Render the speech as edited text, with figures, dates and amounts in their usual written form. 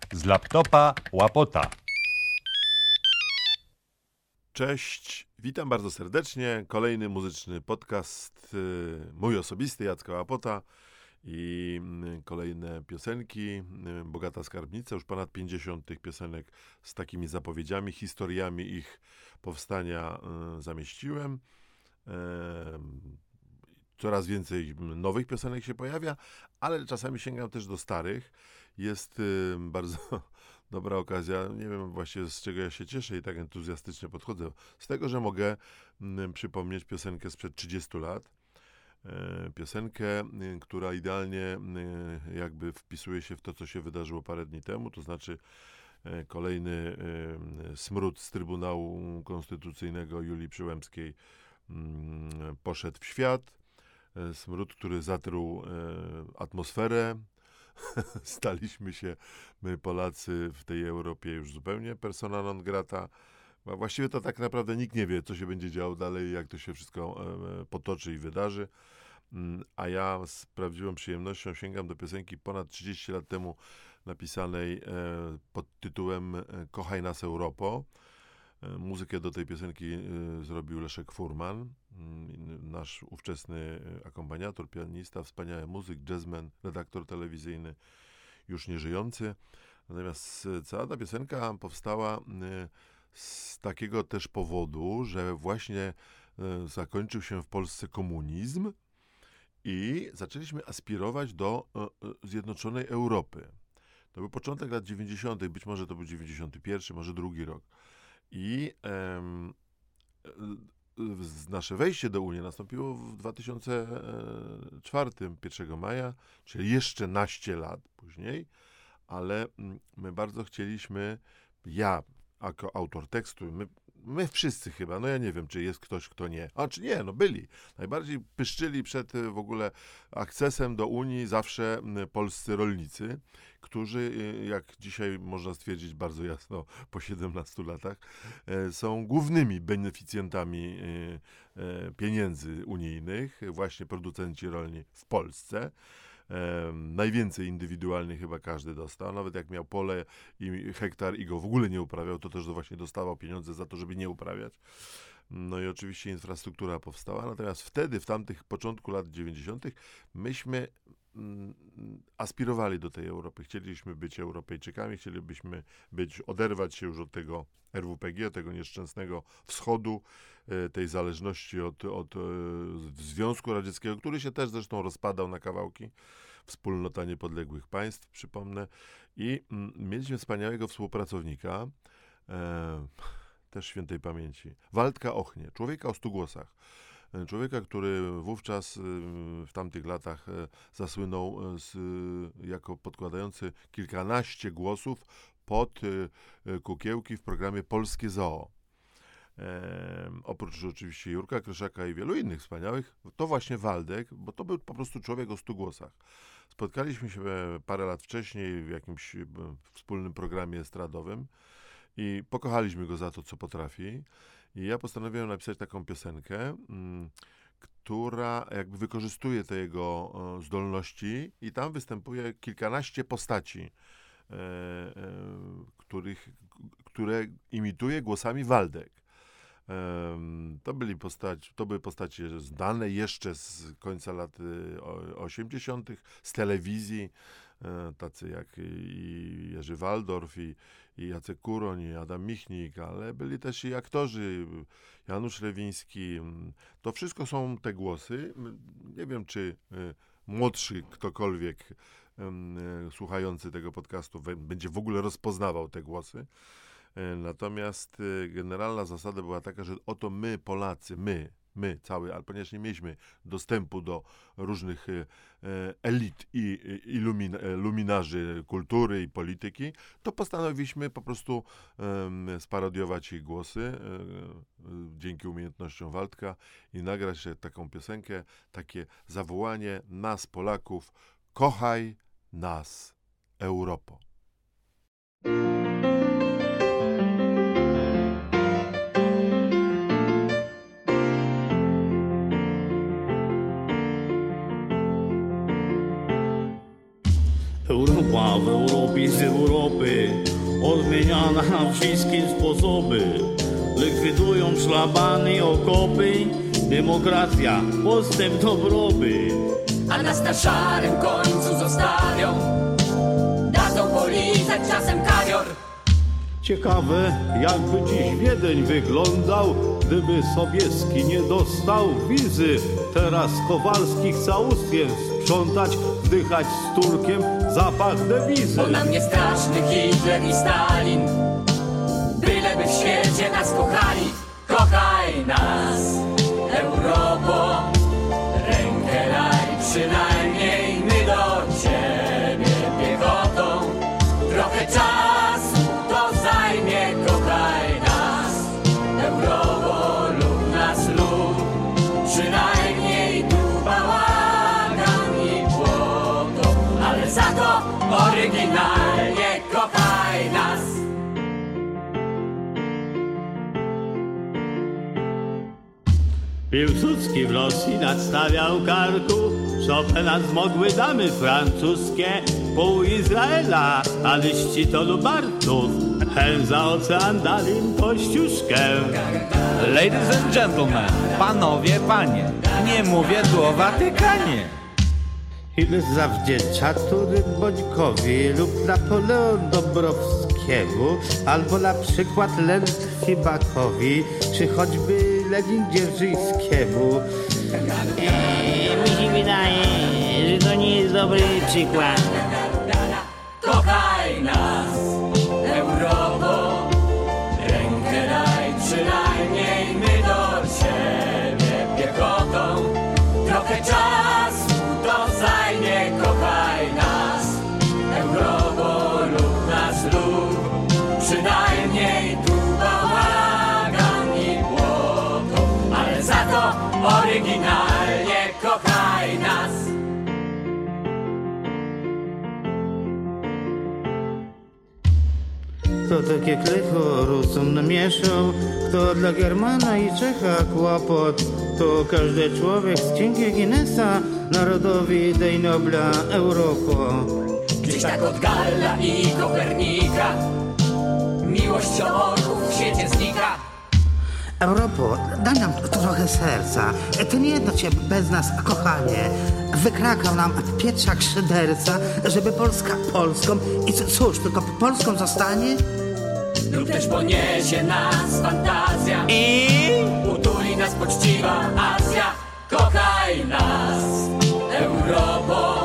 Z laptopa łapota. Cześć, witam bardzo serdecznie. Kolejny muzyczny podcast, mój osobisty, Jacka Łapota i kolejne piosenki. Bogata skarbnica, już ponad 50 tych piosenek z takimi zapowiedziami, historiami ich powstania zamieściłem. Coraz więcej nowych piosenek się pojawia, ale czasami sięgam też do starych. Jest bardzo dobra okazja, nie wiem właściwie z czego ja się cieszę i tak entuzjastycznie podchodzę, z tego, że mogę przypomnieć piosenkę sprzed 30 lat. Piosenkę, która idealnie jakby wpisuje się w to, co się wydarzyło parę dni temu, to znaczy kolejny smród z Trybunału Konstytucyjnego Julii Przyłębskiej poszedł w świat. Smród, który zatruł atmosferę. Staliśmy się, my Polacy, w tej Europie już zupełnie persona non grata. Właściwie to tak naprawdę nikt nie wie, co się będzie działo dalej, jak to się wszystko potoczy i wydarzy. A ja z prawdziwą przyjemnością sięgam do piosenki ponad 30 lat temu napisanej pod tytułem Kochaj nas Europo. Muzykę do tej piosenki zrobił Leszek Furman, nasz ówczesny akompaniator, pianista, wspaniały muzyk, jazzman, redaktor telewizyjny, już nieżyjący. Natomiast cała ta piosenka powstała z takiego też powodu, że właśnie zakończył się w Polsce komunizm i zaczęliśmy aspirować do zjednoczonej Europy. To był początek lat 90., być może to był 91, może drugi rok. I nasze wejście do Unii nastąpiło w 2004, 1 maja, czyli jeszcze naście lat później, ale my bardzo chcieliśmy, ja jako autor tekstu, my wszyscy chyba, no ja nie wiem, czy jest ktoś, kto nie. Czy nie, no byli. Najbardziej pyszczyli przed w ogóle akcesem do Unii zawsze polscy rolnicy, którzy, jak dzisiaj można stwierdzić bardzo jasno po 17 latach, są głównymi beneficjentami pieniędzy unijnych, właśnie producenci rolni w Polsce. Najwięcej indywidualnie chyba każdy dostał, nawet jak miał pole i hektar i go w ogóle nie uprawiał, to też właśnie dostawał pieniądze za to, żeby nie uprawiać. No i oczywiście infrastruktura powstała, natomiast wtedy, w tamtych początku lat 90. myśmy aspirowali do tej Europy. Chcieliśmy być Europejczykami, chcielibyśmy oderwać się już od tego RWPG, tego nieszczęsnego wschodu, tej zależności od Związku Radzieckiego, który się też zresztą rozpadał na kawałki. Wspólnota niepodległych państw, przypomnę. I mieliśmy wspaniałego współpracownika, też świętej pamięci, Waldka Ochnię, człowieka o 100 głosach. Człowieka, który wówczas w tamtych latach zasłynął jako podkładający kilkanaście głosów pod kukiełki w programie Polskie Zoo. Oprócz oczywiście Jurka Kryszaka i wielu innych wspaniałych, to właśnie Waldek, bo to był po prostu człowiek o 100 głosach. Spotkaliśmy się parę lat wcześniej w jakimś wspólnym programie estradowym i pokochaliśmy go za to, co potrafi. I ja postanowiłem napisać taką piosenkę, która jakby wykorzystuje te jego zdolności i tam występuje kilkanaście postaci, które imituje głosami Waldek. To były postacie znane jeszcze z końca lat 80., z telewizji, tacy jak i Jerzy Waldorf, i Jacek Kuroń, i Adam Michnik, ale byli też i aktorzy, Janusz Lewiński. To wszystko są te głosy. Nie wiem, czy młodszy ktokolwiek słuchający tego podcastu będzie w ogóle rozpoznawał te głosy. Natomiast generalna zasada była taka, że oto my, Polacy, my cały, ale ponieważ nie mieliśmy dostępu do różnych elit i luminarzy kultury i polityki, to postanowiliśmy po prostu sparodiować ich głosy dzięki umiejętnościom Waldka i nagrać taką piosenkę, takie zawołanie nas, Polaków: kochaj nas, Europo. Europa w Europie z Europy, odmieniana na wszystkie sposoby. Likwidują szlabany i okopy, demokracja, postęp, dobrobyt. A nas na szarym końcu zostawią, dadzą polizać czasem kawior. Ciekawe, jakby dziś Wiedeń wyglądał, gdyby Sobieski nie dostał wizy. Teraz Kowalski chce ustien sprzątać, wdychać z Turkiem zapach dewizy. Bo na mnie straszny Hitler i Stalin, byleby w świecie nas kochali. Kochaj nas, Europo, rękę daj, przynajmniej my do ciebie piechotą. Trochę czasu to zajmie, kochaj nas, Europo, lub nas lub, przynajmniej tu bałagan i błoto, ale za to oryginalnie kochaj nas. Piłsudski w Rosji nadstawiał karku, Chopina zmogły damy francuskie, pół Izraela, a liści to lubartów, hen za ocean dali im kościuszkę. Ladies and gentlemen, panowie, panie, nie mówię tu o Watykanie. Ile zawdzięcza Turek Bońkowi lub Napoleon Dąbrowskiemu, albo na przykład Lent Fibakowi, czy choćby Lenin Dzierżyńskiemu. Mi się wydaje, że to nie jest dobry przykład. Kochaj nas, Europo, rękę daj, przynajmniej my do ciebie piechotą. Trochę czasu to zajmie, kochaj nas, Europo, lub nas lub, przynajmniej tu bałagan i błoto, ale za to oryginalnie kochaj nas. Kto takie klecho Rusom namieszał, kto dla Germana i Czecha kłopot, to każdy człowiek z księgi Guinnessa, narodowi dej Nobla Europo. Gdzieś tak od Galla i Kopernika miłość orłów w świecie znika. Europo, daj nam trochę serca. To nie jedno cię bez nas, kochanie. Wykrakał nam Pietrzak szyderca, żeby Polska Polską. I cóż, tylko Polską zostanie? Lub też poniesie nas fantazja i utuli nas poczciwa Azja. Kochaj nas, Europo.